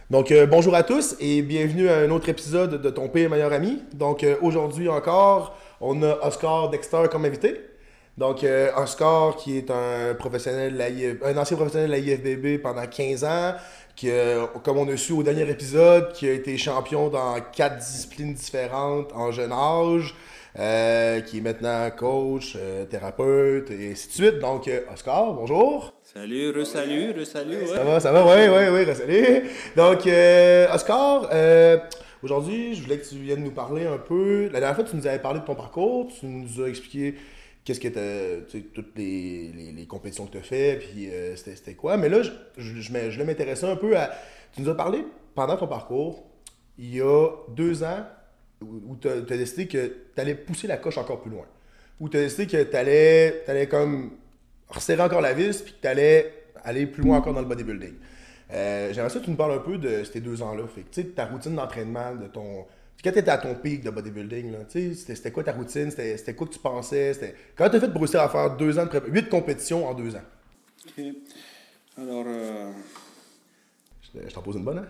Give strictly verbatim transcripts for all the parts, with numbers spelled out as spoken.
Donc, euh, bonjour à tous et bienvenue à un autre épisode de Ton pire meilleur ami. Donc, euh, aujourd'hui encore, on a Oscar Dexter comme invité. Donc, euh, Oscar, qui est un professionnel, de la I F un ancien professionnel de la I F B B pendant quinze ans, qui, euh, comme on a su au dernier épisode, qui a été champion dans quatre disciplines différentes en jeune âge, euh, qui est maintenant coach, euh, thérapeute et ainsi de suite. Donc, euh, Oscar, bonjour. Salut, re-salut, re-salut, ouais. Ça va, ça va, ouais, ouais, ouais, salut. Donc, euh, Oscar, euh, aujourd'hui, je voulais que tu viennes nous parler un peu. La dernière fois, tu nous avais parlé de ton parcours, tu nous as expliqué qu'est-ce que t'as, tu sais, toutes les, les, les compétitions que tu as fait, puis euh, c'était, c'était quoi. Mais là, je, je, je, je voulais m'intéresser un peu à. Tu nous as parlé pendant ton parcours, il y a deux ans, où tu as décidé que tu allais pousser la coche encore plus loin. Où tu as décidé que tu allais, t'allais comme resserrer encore la vis, puis que tu allais aller plus loin encore dans le bodybuilding. Euh, j'aimerais ça que tu nous parles un peu de ces deux ans-là. Fait que, tu sais, ta routine d'entraînement, de ton. Quand tu étais à ton pic de bodybuilding, là, c'était, c'était quoi ta routine? C'était, c'était quoi que tu pensais? C'était... Comment tu as fait pour réussir à faire deux ans de pré... huit compétitions en deux ans? Ok. Alors. Euh... Je, je t'en pose une bonne, hein?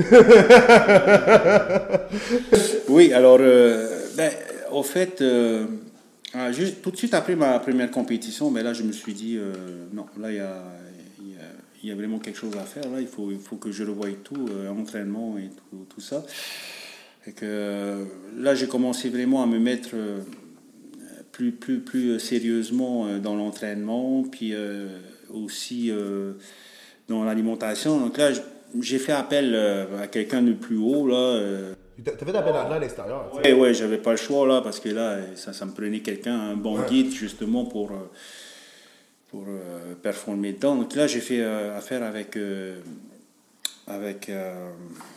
Oui, alors. Euh, ben, au fait. Euh... Ah, juste, tout de suite après ma première compétition, ben là, je me suis dit, euh, non, là, il y a, il y, a, il y a vraiment quelque chose à faire. Là, il faut, il faut que je revoie tout, euh, entraînement et tout, tout ça. Et que euh, là, j'ai commencé vraiment à me mettre euh, plus, plus, plus sérieusement euh, dans l'entraînement, puis euh, aussi euh, dans l'alimentation. Donc là, j'ai fait appel euh, à quelqu'un de plus haut, là. Euh, Tu as fait appel à à l'extérieur. Oui, ouais, j'avais pas le choix là parce que là, ça, ça me prenait quelqu'un, un bon Ouais. guide justement pour, pour euh, performer dedans. Donc là, j'ai fait euh, affaire avec. Euh, avec. Euh,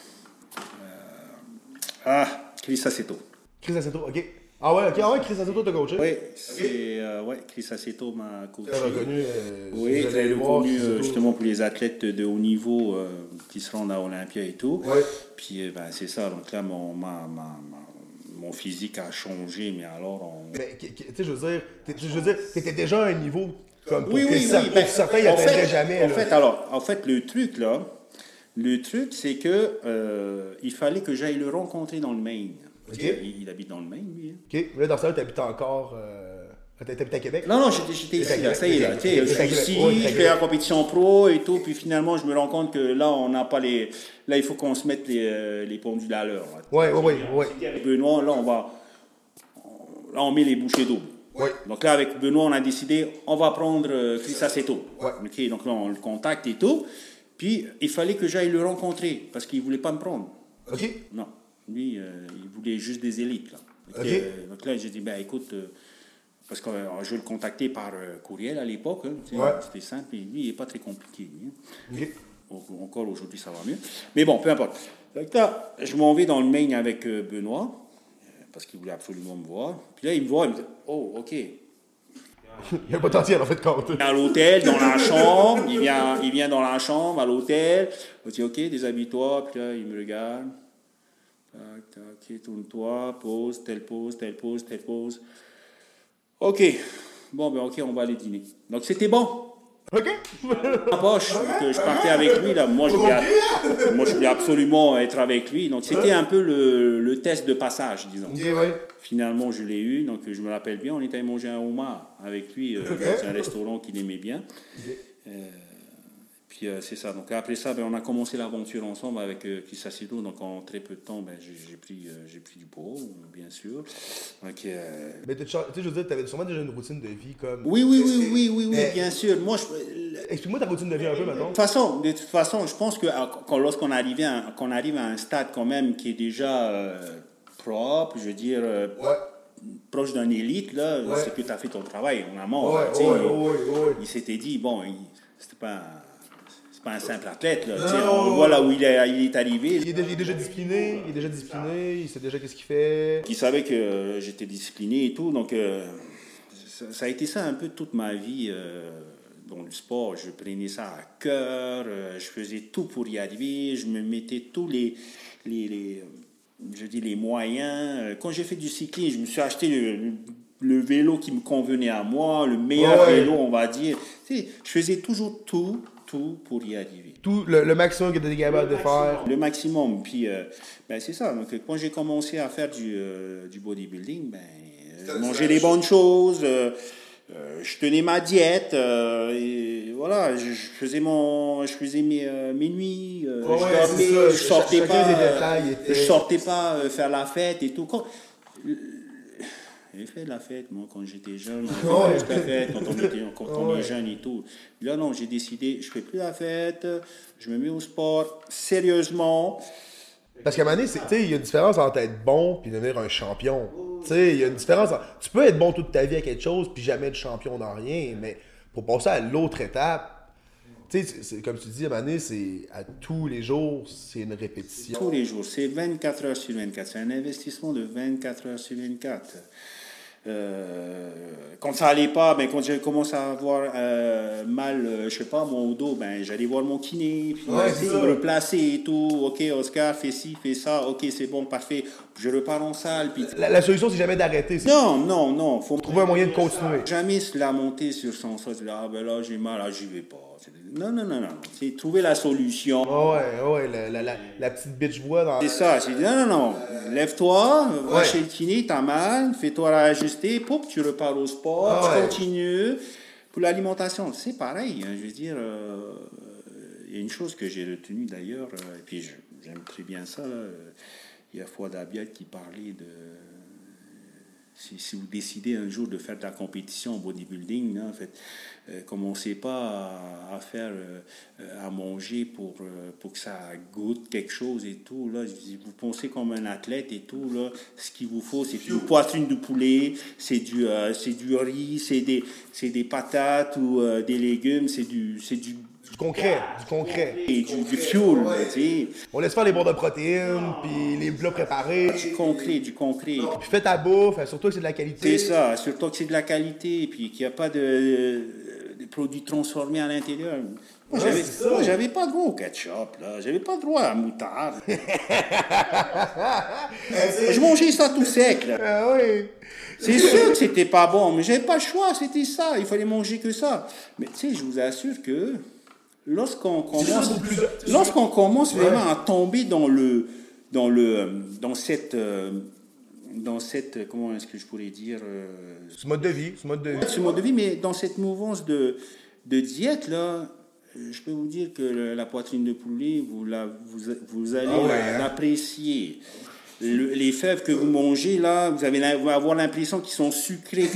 euh, ah, Chris Aceto. Chris Aceto, ok. Ah ouais, ok, ah ouais, Chris Aceto t'a coaché. Oui, c'est. Euh, ouais, Chris Aceto m'a coaché. Très reconnu. Euh, Oui, si très voir, reconnu Chris euh, Aceto. justement pour les athlètes de haut niveau euh, qui se rendent à Olympia et tout. Ouais. Puis euh, ben, c'est ça, donc là, mon, ma, ma, ma, mon physique a changé, mais alors on. Mais, tu sais, je veux dire, je veux dire, t'étais déjà à un niveau comme pour Oui, que oui, ça- oui. pour Ben, certains, ils en n'atteindraient fait, jamais. En là. fait, alors, en fait, le truc là, le truc, c'est que euh, il fallait que j'aille le rencontrer dans le Maine. Parce Ok. qu'il- il habite dans le Maine, lui. hein. Ok, mais là, dans ça, tu habites encore. Euh... T'habites à Québec? Non, non, j'étais, j'étais T'es à ici, là, Québec, ça y est, là. ok, Tu sais, ok, je t'es à suis Québec. ici, Ouais, t'es à je fais Québec. la compétition pro et tout, puis finalement, je me rends compte que là, on n'a pas les. Là, il faut qu'on se mette les, euh, les pendules à l'heure. là. Ouais, ouais, ouais, ouais. Avec Benoît, là, on va. Là, on met les bouchées doubles. Ouais. Donc là, avec Benoît, on a décidé, on va prendre euh, Chris Aceto. Ouais. Ok, donc là, on le contacte et tout. Puis, il fallait que j'aille le rencontrer, parce qu'il ne voulait pas me prendre. Ok. Non, lui, euh, il voulait juste des élites. Là. Donc, Ok. euh, donc là, j'ai dit, ben écoute, euh, parce que euh, je le contactais par euh, courriel à l'époque, hein, tu sais, Ouais. c'était simple, et lui, il n'est pas très compliqué. lui, hein. Ok. Au- Encore aujourd'hui, ça va mieux. Mais bon, peu importe. Donc là, je m'en vais dans le Maine avec euh, Benoît, euh, parce qu'il voulait absolument me voir. Puis là, il me voit, il me dit, oh, OK. Il y a un potentiel, en fait, compte. À l'hôtel, dans la chambre, il vient, il vient dans la chambre, à l'hôtel. Je dis, OK, déshabille-toi. Puis là, il me regarde. Tac, tac, OK, tourne-toi, pose, telle pose, telle pose, telle pose. OK. Bon, ben OK, on va aller dîner. Donc, c'était bon. Ok. Ma poche, que je partais avec lui, là. Moi, je voulais, moi, je voulais absolument être avec lui. Donc, c'était un peu le, le test de passage, disons. Ok, ouais. Finalement, je l'ai eu, donc je me rappelle bien, on était allé manger un homard avec lui euh, dans un restaurant qu'il aimait bien. Euh, puis euh, c'est ça. Donc après ça, ben, on a commencé l'aventure ensemble avec euh, Chris Aceto. Donc en très peu de temps, ben, j'ai, j'ai, pris, euh, j'ai pris du poids, bien sûr. Donc, euh, Mais tu sais, je veux dire, t'avais sûrement déjà une routine de vie comme. Oui, oui, oui, oui, oui, oui, Mais- bien sûr. Moi, je, Explique-moi ta routine de vie un peu, De maintenant. toute façon, de toute façon, je pense que euh, quand, lorsqu'on arrive à, un- qu'on arrive à un stade quand même qui est déjà euh, propre, je veux dire, euh, Ouais. proche d'un élite, là, Ouais. c'est que tu as fait ton travail en amont. Ouais, là, tu sais. ouais, ouais, ouais. Il s'était dit, bon, il, c'était pas, un- c'est pas un simple athlète. Là, tu sais. Non. On voit là où il est, il est arrivé. Il est, déjà, il est déjà discipliné, il est déjà discipliné, il sait déjà qu'est-ce qu'il fait. Qui savait que euh, j'étais discipliné et tout. Donc, euh, ça, ça a été ça un peu toute ma vie euh, dans le sport. Je prenais ça à cœur, euh, je faisais tout pour y arriver, je me mettais tous les, les, les, je dis les moyens. Quand j'ai fait du cyclisme, je me suis acheté le, le vélo qui me convenait à moi, le meilleur Ouais. vélo, on va dire. Tu sais, je faisais toujours tout tout pour y arriver. Tout le, le maximum que tu es capable de faire. Le maximum. Puis, euh, ben, c'est ça. Donc, quand j'ai commencé à faire du, euh, du bodybuilding, ben, euh, manger les bonnes choses, euh, euh, je tenais ma diète, euh, et voilà, je, je faisais, mon, je faisais mes, euh, mes nuits, euh, oh, je ouais, dormais, je sortais Chacun pas, des détails était... je sortais pas euh, faire la fête et tout. Quand, j'ai fait de la fête, moi, quand j'étais jeune. On ouais. fait la fête quand on, était, quand on ouais. est jeune et tout. Là, non, j'ai décidé, je fais plus la fête, je me mets au sport sérieusement. Parce qu'à un moment donné, il y a une différence entre être bon et devenir un champion. Il y a une différence. Entre, tu peux être bon toute ta vie à quelque chose puis jamais être champion dans rien, mais pour passer à l'autre étape, c'est, c'est, comme tu dis, à un moment donné, c'est à tous les jours, c'est une répétition. Tous les jours, c'est vingt-quatre heures sur vingt-quatre. C'est un investissement de vingt-quatre heures sur vingt-quatre. Euh, quand ça allait pas, ben, quand j'ai commencé à avoir euh, mal, euh, je sais pas, mon dos, ben, j'allais voir mon kiné, puis ouais, euh, me replacer et tout. Ok, Oscar, fais ci, fais ça. Ok, c'est bon, parfait. Je repars en salle. Puis... La, la solution, c'est jamais d'arrêter. C'est... Non, non, non. Faut trouver un moyen de continuer. Jamais se la monter sur son soi. Ah ben là, j'ai mal, là, j'y vais pas. Non, non, non, non. C'est trouver la solution. Oh ouais, oh ouais, la, la, la, la petite bitch voix dans... C'est ça. C'est non, non, non. Lève-toi, va ouais. chez le kiné, t'as mal, fais-toi ajuster, poup, tu repars au sport, oh, tu ouais. continues. Pour l'alimentation, c'est pareil. Hein, je veux dire, il euh, y a une chose que j'ai retenue d'ailleurs, euh, et puis je, j'aime très bien ça. Il y a Fouad Abiad qui parlait de... Si, si vous décidez un jour de faire de la compétition en bodybuilding, là, en fait, euh, commencez pas à, à faire euh, à manger pour, euh, pour que ça goûte quelque chose et tout. Là. Vous pensez comme un athlète et tout. Là. Ce qu'il vous faut, c'est une poitrine de poulet, c'est du, euh, c'est du riz, c'est des, c'est des patates ou euh, des légumes, c'est du... C'est du Du concret, du concret. Et du, du fuel, ouais. Tu sais. On laisse faire les barres de protéines, puis les plats préparés. Du concret, du concret. Puis fais ta bouffe, surtout que c'est de la qualité. C'est ça, surtout que c'est de la qualité, et puis qu'il n'y a pas de, de produits transformés à l'intérieur. Moi, ouais, j'avais, moi, j'avais pas droit au ketchup, là. J'avais pas droit à la moutarde. Je mangeais ça tout sec, là. Ah oui. C'est sûr que c'était pas bon, mais j'avais pas le choix, c'était ça. Il fallait manger que ça. Mais tu sais, je vous assure que lorsqu'on commence, lorsqu'on commence vraiment ouais. à tomber dans le, dans le, dans cette, dans cette, comment est-ce que je pourrais dire, ce mode de vie, ce mode de vie, ce mode de vie, mais dans cette mouvance de, de diète là, je peux vous dire que la poitrine de poulet, vous la, vous, vous allez ah ouais. l'apprécier. Le, les fèves que vous mangez là, vous allez avoir l'impression qu'ils sont sucrés.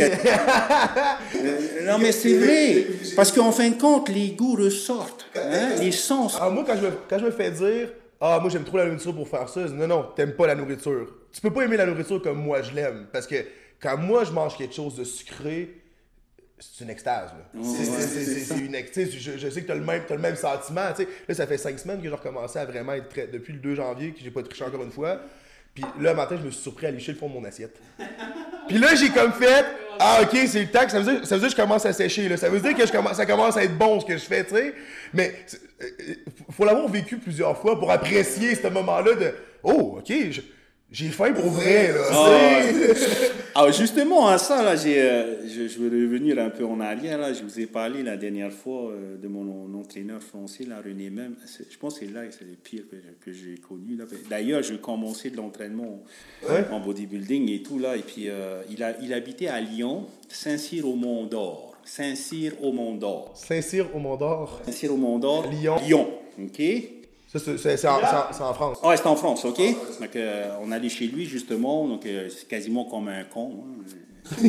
euh, non mais c'est vrai, parce qu'en fin de compte, les goûts ressortent, hein, les sens. Alors moi, quand je, me, quand je me fais dire, ah moi j'aime trop la nourriture pour faire ça, non non, t'aimes pas la nourriture. Tu peux pas aimer la nourriture comme moi je l'aime, parce que quand moi je mange quelque chose de sucré, c'est une extase. Là. Oh, c'est, ouais, c'est, c'est, c'est une extase. Je, je sais que tu as le même, t'as le même sentiment. T'sais. Là, ça fait cinq semaines que j'ai recommencé à vraiment être très... Depuis le deux janvier, que j'ai pas triché encore une fois. Puis là, le matin, je me suis surpris à licher le fond de mon assiette. Puis là, j'ai comme fait, ah, OK, c'est le temps que ça veut dire, ça veut dire que je commence à sécher. Là. Ça veut dire que je commence, ça commence à être bon ce que je fais, tu sais. Mais il faut l'avoir vécu plusieurs fois pour apprécier ce moment-là de, oh, OK, je, j'ai faim pour vrai, là. Oh, alors justement, à ça, là, j'ai, euh, je, je vais revenir un peu en arrière. Là. Je vous ai parlé la dernière fois euh, de mon, mon entraîneur français, là, René Même. C'est, je pense que c'est là que c'est le pire que, que j'ai connu. Là. D'ailleurs, je commençais de l'entraînement ouais. en bodybuilding et tout. Là, et puis, euh, il, a, il habitait à Lyon, Saint-Cyr au Mont-d'Or. Saint-Cyr au Mont-d'Or. Saint-Cyr au Mont-d'or. Saint-Cyr au Mont-d'or. Lyon. Lyon, OK. Ça, c'est, c'est, c'est, en, c'est, c'est en France. Ah, ouais, c'est en France, OK. Donc, euh, on allait chez lui, justement. Donc, euh, c'est quasiment comme un con. Hein.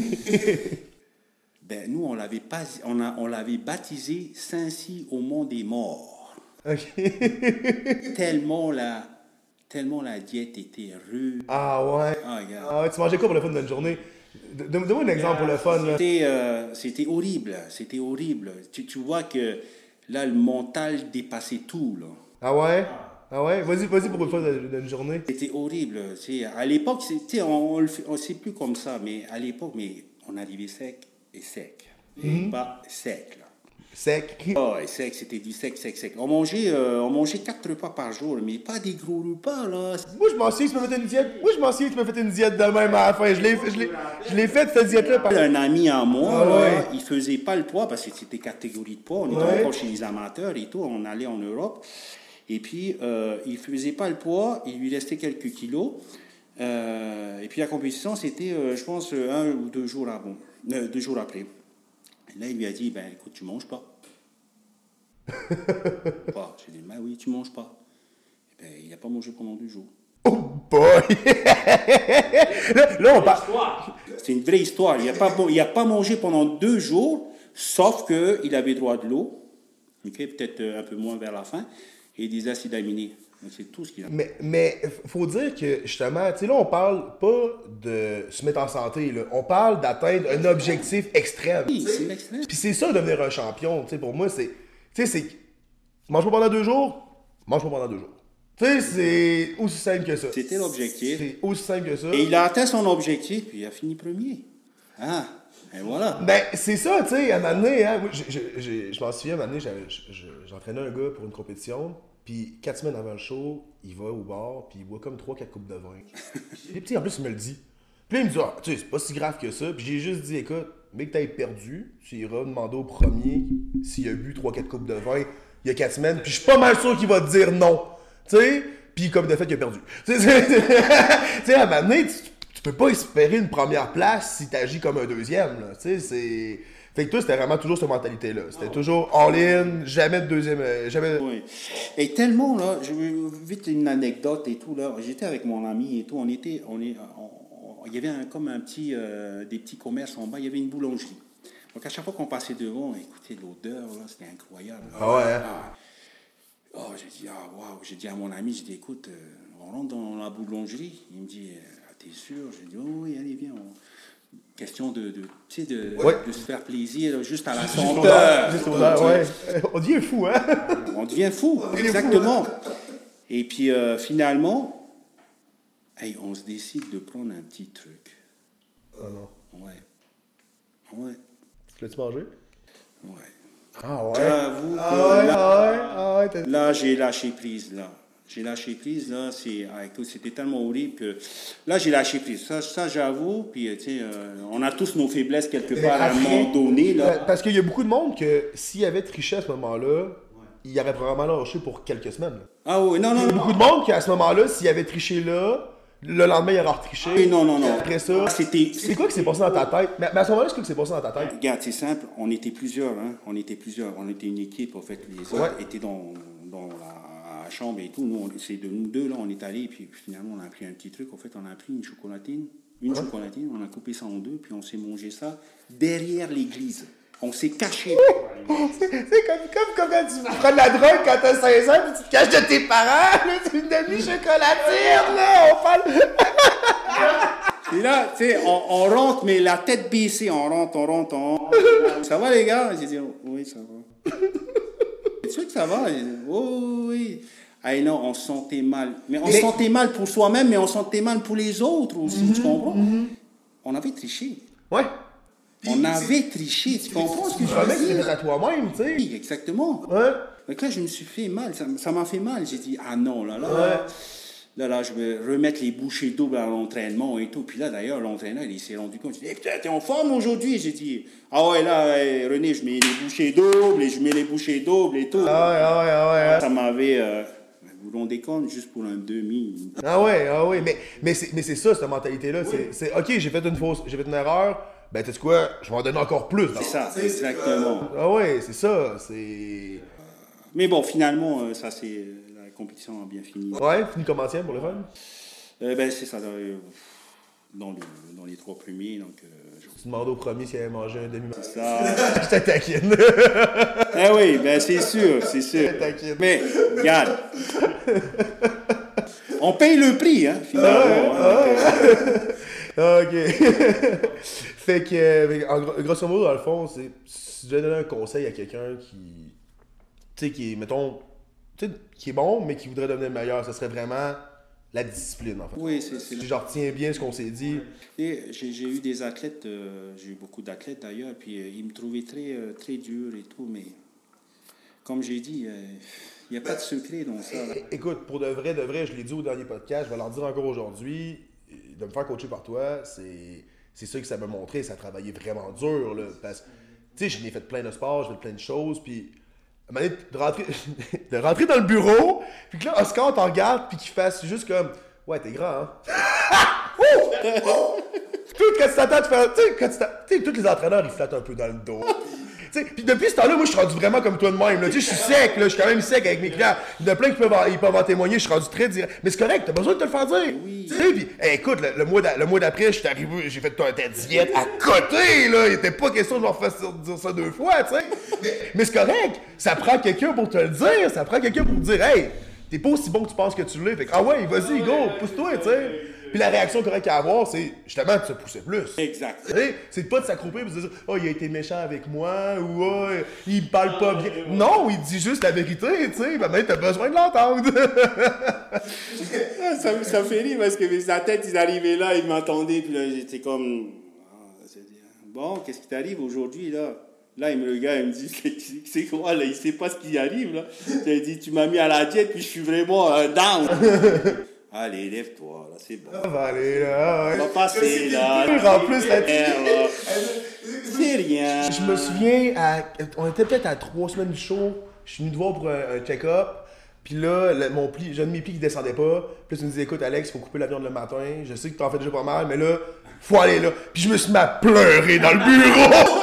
Ben, nous, on l'avait, pas, on, a, on l'avait baptisé Saint-Cyr au Mont des Morts. OK. tellement, la, tellement la diète était rude. Ah ouais? Ah, regarde. Ah ouais, tu mangeais quoi pour le fun d'une journée? Donne-moi un exemple pour le fun. Là. C'était, euh, c'était horrible. C'était horrible. Tu, tu vois que là, le mental dépassait tout, là. Ah ouais? Ah ouais? Vas-y, vas-y pour une fois d'une journée. C'était horrible. C'est, à l'époque, c'est, on ne le sait plus comme ça, mais à l'époque, mais on arrivait sec et sec. Mm-hmm. Pas sec, là. Sec. Oh, et sec, c'était du sec, sec, sec. On mangeait, euh, on mangeait quatre repas par jour, mais pas des gros repas, là. Moi, je m'en souviens que tu m'as fait une diète. Moi, je m'en souviens que tu m'as fait une diète de même à la fin. Je l'ai, je l'ai, je l'ai fait, cette diète-là. Par... Un ami à moi, Ah, là, ouais. il faisait pas le poids, parce que c'était catégorie de poids. On était Ouais. encore chez les amateurs et tout, on allait en Europe. Et puis, euh, il faisait pas le poids, il lui restait quelques kilos. Euh, et puis, la compétition, c'était, euh, je pense, un ou deux jours avant, euh, deux jours après. Et là, il lui a dit, ben, écoute, tu manges pas. Bah, j'ai dit, ben oui, tu manges pas. Et ben, il n'a pas mangé pendant deux jours. Oh boy! là, là, on parle. C'est une vraie histoire. Il n'a pas, il a pas mangé pendant deux jours, sauf qu'il avait droit de l'eau, okay, peut-être un peu moins vers la fin, et des acides aminés. Donc, c'est tout ce qu'il a. Mais, mais faut dire que, justement, tu sais, là, on parle pas de se mettre en santé, là. On parle d'atteindre un objectif extrême. Oui, c'est l'extrême. Puis c'est ça, devenir un champion. Tu sais, pour moi, c'est. Tu sais, c'est. Mange pas pendant deux jours, mange pas pendant deux jours. Tu sais, c'est aussi simple que ça. C'était l'objectif. C'est aussi simple que ça. Et il a atteint son objectif, puis il a fini premier. Ah, et voilà. Ben, c'est ça, tu sais, à un moment donné, hein, moi, j'ai- j'ai- j'ai- je m'en souviens, à un moment donné, j'avais- je- j'entraînais un gars pour une compétition, puis quatre semaines avant le show, il va au bar, puis il boit comme trois quatre coupes de vin. Puis, tu sais, en plus, il me le dit. Puis là, il me dit, ah, tu sais, c'est pas si grave que ça. Puis j'ai juste dit, écoute, mec, t'as perdu, tu iras demander au premier s'il a bu trois quatre coupes de vin il y a quatre semaines, puis je suis pas mal sûr qu'il va te dire non. Tu sais, puis comme de fait, il a perdu. Tu sais, c'est- tu sais, à un moment donné, tu, tu peux pas espérer une première place si t'agis comme un deuxième, là. Tu sais, c'est... Fait que toi, c'était vraiment toujours cette mentalité-là. C'était toujours all-in, jamais de deuxième... euh, jamais... Oui. Et tellement, là, je vais vite une anecdote et tout, là. J'étais avec mon ami et tout, on était, on est, on- on- il y avait un, comme un petit, euh, des petits commerces en bas, il y avait une boulangerie. Donc à chaque fois qu'on passait devant, écoutez l'odeur, là, c'était incroyable. Ah ouais, hein? Ah. Oh, j'ai dit, ah, waouh, j'ai dit à mon ami, j'ai dit, écoute, euh, on rentre dans la boulangerie. Il me dit, ah, t'es sûr? J'ai dit, oh oui, allez, viens. on- Question de, de, tu sais, de, Ouais. de se faire plaisir, là, juste à la Juste senteur. l'odeur, juste l'odeur, ouais. On devient fou, hein? On devient fou, devient fou, exactement. Et puis euh, finalement, hey, on se décide de prendre un petit truc. Ah non. Ouais. Ouais. Tu l'as-tu mangé? Ouais. Ah ouais? J'avoue que Ah ouais, là, ah ouais, ah ouais, t'as... là, j'ai lâché prise, là. J'ai lâché prise, là, c'est, ah, écoute, c'était tellement horrible que, là, j'ai lâché prise. Ça, ça j'avoue, puis, tu sais, euh, on a tous nos faiblesses quelque part à un Après, moment donné, là. Parce qu'il y a beaucoup de monde que s'il avait triché à ce moment-là, il aurait probablement lâché pour quelques semaines. Ah oui, non, non, Il y a non. beaucoup de monde qui, à ce moment-là, s'il avait triché là, le lendemain, il aurait retriché. Oui, non, non, non. Après ça, C'était, c'est quoi qui s'est passé dans ta tête? Mais, mais à ce moment-là, c'est quoi qui s'est passé dans ta tête? Regarde, c'est simple, on était plusieurs, hein. On était plusieurs, on était une équipe, en fait, les autres Ouais. étaient dans, dans la, la chambre et tout. Nous, on- c'est de nous deux, là, on est allés, et puis finalement, on a pris un petit truc. En fait, on a pris une chocolatine, une Ouais. chocolatine, on a coupé ça en deux, puis on s'est mangé ça derrière l'église. On s'est caché. C'est c'est comme, comme, comme quand tu prends de la drogue quand t'as seize ans puis tu te caches de tes parents, là, c'est une demi-chocolatine, là, on parle... Et là, tu sais, on, on rentre, mais la tête baissée, on rentre, on rentre, on rentre. Ça va, les gars? J'ai dit, oh, oui, ça va. C'est sûr que ça va? J'ai dit, oh, oui. Ah non, on se sentait mal. Mais on Mais- se sentait mal pour soi-même, mais on se sentait mal pour les autres aussi, tu comprends? On avait triché. Ouais. On avait triché, tu comprends ce que Tu je remets veux que c'est dire? fait à toi-même, tu sais. Oui, exactement. Ouais. Donc là, je me suis fait mal, ça ça m'a fait mal. J'ai dit, ah non, là, là, Ouais. là, là, je vais remettre les bouchées doubles à l'entraînement et tout. Puis là, d'ailleurs, l'entraîneur, il s'est rendu compte. Il dit, eh, putain, t'es en forme aujourd'hui? J'ai dit, ah ouais, là, eh, René, je mets les bouchées doubles et je mets les bouchées doubles et tout. Ah ouais, ah ouais, ah ouais. hein. Ça m'avait, euh, vous vous rendez compte, juste pour un demi. Ah ouais, ah ouais, mais, mais c'est mais c'est ça, cette mentalité-là. C'est, c'est, ok, j'ai fait une fausse, j'ai fait une erreur, ben tu sais quoi, je vais en donner encore plus. C'est ça, exactement. Ah ouais, c'est ça, c'est... Mais bon, finalement, euh, ça, c'est, la compétition a bien fini. Ouais, fini comment tiens pour le fun? Euh, ben, c'est ça, dans, euh, dans, le- dans les trois premiers, donc... euh, je- Tu demandes au premier s'il avait mangé un demi ça... Je te taquine. Eh oui, ben c'est sûr, c'est sûr. T'inquiète. Mais, regarde. On paye le prix, hein, finalement. Ah, ok. Fait que, euh, en gros- grosso modo, dans le fond, c'est, si je devais donner un conseil à quelqu'un qui, tu sais, qui est, mettons, tu sais, qui est bon, mais qui voudrait devenir meilleur, ce serait vraiment la discipline, en fait. Oui, c'est... c'est... Si je retiens bien ce qu'on s'est dit. Et j'ai, j'ai eu des athlètes, euh, j'ai eu beaucoup d'athlètes d'ailleurs, puis euh, ils me trouvaient très, euh, très dur et tout, mais comme j'ai dit, il n'y a pas de secret dans ça. Là. Écoute, pour de vrai, de vrai, je l'ai dit au dernier podcast, je vais leur dire encore aujourd'hui, de me faire coacher par toi, c'est, c'est ça que ça m'a montré, ça a travaillé vraiment dur, là, parce que, tu sais, je n'ai fait plein de sports, j'ai fait plein de choses, puis, à un moment donné, de rentrer, de rentrer dans le bureau, puis que là, Oscar t'en regarde, puis qu'il fasse juste comme, ouais, t'es grand, hein? Tout, quand tu t'attends, tu fais, tu sais, quand tu t'attends, tu sais, tous les entraîneurs, ils flattent un peu dans le dos. Puis depuis ce temps-là, moi, je suis rendu vraiment comme toi de même. Je suis sec, là, je suis quand même sec avec mes clients. Il y en a plein qui peuvent en, ils peuvent en témoigner, je suis rendu très direct. Mais c'est correct, t'as besoin de te le faire dire. Oui. Puis, hey, écoute, le, le, mois le mois d'après, je suis arrivé, j'ai fait ta diète à côté, là. Il était pas question de me refaire dire ça deux fois, tu sais. Mais, mais c'est correct, ça prend quelqu'un pour te le dire, ça prend quelqu'un pour te dire, hey, t'es pas aussi bon que tu penses que tu l'es. Fait que, ah ouais, vas-y, go, pousse-toi, tu sais. Puis la réaction correcte à avoir, c'est justement de se pousser plus. Exact. T'sais, c'est pas de s'accroupir et de se dire « Oh, il a été méchant avec moi » ou « Oh, il me parle pas bien. » Non, il dit juste la vérité, tu sais. Ben, même, t'as besoin de l'entendre. ça, me, ça me fait rire parce que sa tête, ils arrivaient là, ils m'entendaient, puis là, j'étais comme « Bon, qu'est-ce qui t'arrive aujourd'hui, là ?» Là, il me regarde, il me dit, c'est quoi, là, il sait pas ce qui arrive, là. Il dit, tu m'as mis à la diète, puis je suis vraiment euh, down. Allez, lève-toi, là, c'est bon. Ça va aller, là. Ouais. On va passer, là. En plus, la c'est rien. Je me souviens, à, on était peut-être à trois semaines du show, je suis venu te voir pour un, un check-up, puis là, le, mon pli, j'ai un de mes plis qui descendait pas, puis là, tu me disais, écoute, Alex, il faut couper la viande le matin, je sais que t'en fais déjà pas mal, mais là, faut aller là. Puis je me suis mis à pleurer dans le bureau.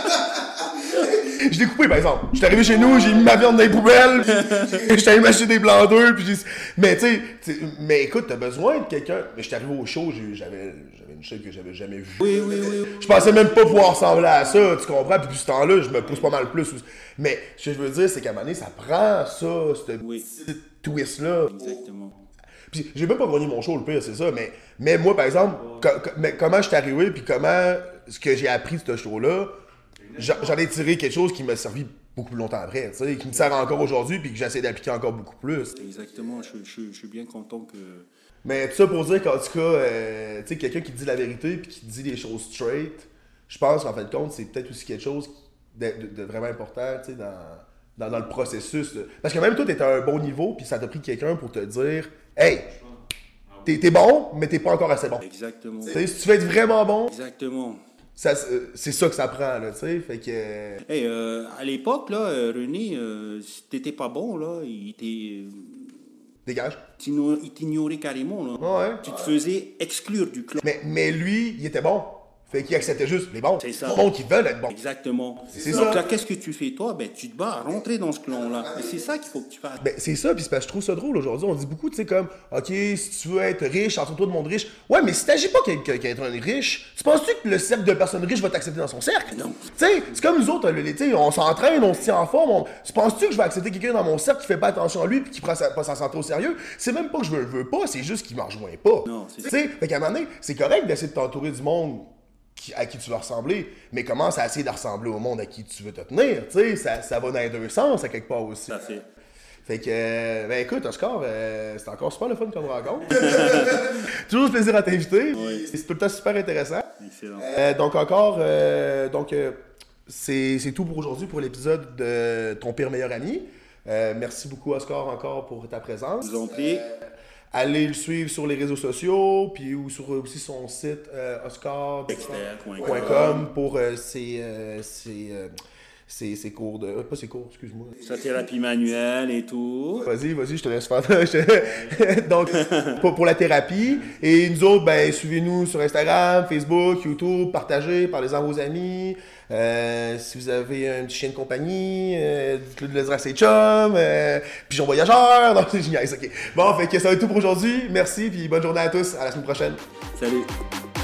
Je l'ai coupé, par exemple. Je suis arrivé chez nous, j'ai mis ma viande dans les poubelles, je suis allé m'acheter des blancs d'œufs, puis j'ai... Mais tu sais, mais écoute, t'as besoin de quelqu'un. Mais je suis arrivé au show, j'avais, j'avais une shape que j'avais jamais vue. Oui, oui, oui. Je pensais même pas pouvoir ressembler à ça, tu comprends? Puis depuis ce temps-là, je me pousse pas mal plus. Mais ce que je veux dire, c'est qu'à un moment donné, ça prend ça, ce oui. petit twist-là. Exactement. Puis j'ai même pas gagné mon show, le pire, c'est ça. Mais, mais moi, par exemple, co- co- mais comment je suis arrivé, puis comment ce que j'ai appris de ce show-là, j'en ai tiré quelque chose qui m'a servi beaucoup plus longtemps après, tu sais, qui me sert encore aujourd'hui, puis que j'essaie d'appliquer encore beaucoup plus. Exactement, je, je, je suis bien content que... Mais tout ça pour dire qu'en tout cas, euh, tu sais, quelqu'un qui dit la vérité, puis qui dit les choses straight, je pense qu'en fin de compte, c'est peut-être aussi quelque chose de, de, de vraiment important, tu sais, dans, dans, dans le processus. Là. Parce que même toi, t'es à un bon niveau, puis ça t'a pris quelqu'un pour te dire « Hey, t'es, t'es bon, mais t'es pas encore assez bon. » Exactement. Tu sais, si tu veux être vraiment bon... Exactement. Ça, c'est ça que ça prend, là, tu sais, fait que... Hey, euh, à l'époque, là, René, euh, si t'étais pas bon, là, il était... Dégage. Il t'ignorait carrément, là. Ouais. Tu te faisais exclure du club. Mais, mais lui, il était bon. Fait qu'il acceptait juste les bons. C'est ça. Les bons qui veulent être bons. Exactement. C'est Donc ça. là, qu'est-ce que tu fais, toi? Ben, tu te bats à rentrer dans ce clan-là. Et c'est ça qu'il faut que tu fasses. Ben, c'est ça, puis c'est parce que je trouve ça drôle aujourd'hui. On dit beaucoup, tu sais, comme, OK, si tu veux être riche, entoure-toi de monde riche. Ouais, mais si t'agis pas qu'être qu un riche, tu penses-tu que le cercle de personnes riches va t'accepter dans son cercle? Non. Tu sais, c'est comme nous autres, tu sais, on s'entraîne, on se tient en forme. On... Tu penses-tu que je vais accepter quelqu'un dans mon cercle qui fait pas attention à lui puis qui prend sa, pas sa santé au sérieux? C'est même pas que je veux, veux pas, c'est juste qu'il m'en rejoint pas. Non, c'est ça. Tu sais, fait qu'à un moment donné, c'est correct d'essayer de t'entourer du monde Qui, à qui tu veux ressembler, mais commence à essayer de ressembler au monde à qui tu veux te tenir, tu sais, ça, ça va dans les deux sens à quelque part aussi. Ça fait. Fait que, euh, ben écoute, Oscar, euh, c'est encore super le fun comme rencontre. Toujours un plaisir à t'inviter, Oui. c'est tout le temps super intéressant. Excellent. Euh, donc encore, euh, donc euh, c'est, c'est tout pour aujourd'hui pour l'épisode de Ton pire meilleur ami. Euh, merci beaucoup Oscar encore pour ta présence. Je vous en prie. Allez le suivre sur les réseaux sociaux, puis ou sur aussi son site euh, oscar point com pour euh, ses, euh, ses, euh, ses, ses cours de... Euh, pas ses cours, excuse-moi. Sa thérapie manuelle et tout. Vas-y, vas-y, je te laisse faire. Donc, pour, pour la thérapie. Et nous autres, ben, suivez-nous sur Instagram, Facebook, YouTube, partagez, parlez-en à vos amis. Euh, si vous avez un petit chien de compagnie, euh, dites-le de le dire à ses chums, euh, pigeon voyageur, non, c'est génial, ok. Bon, fait que ça va être tout pour aujourd'hui. Merci, puis bonne journée à tous, à la semaine prochaine. Salut.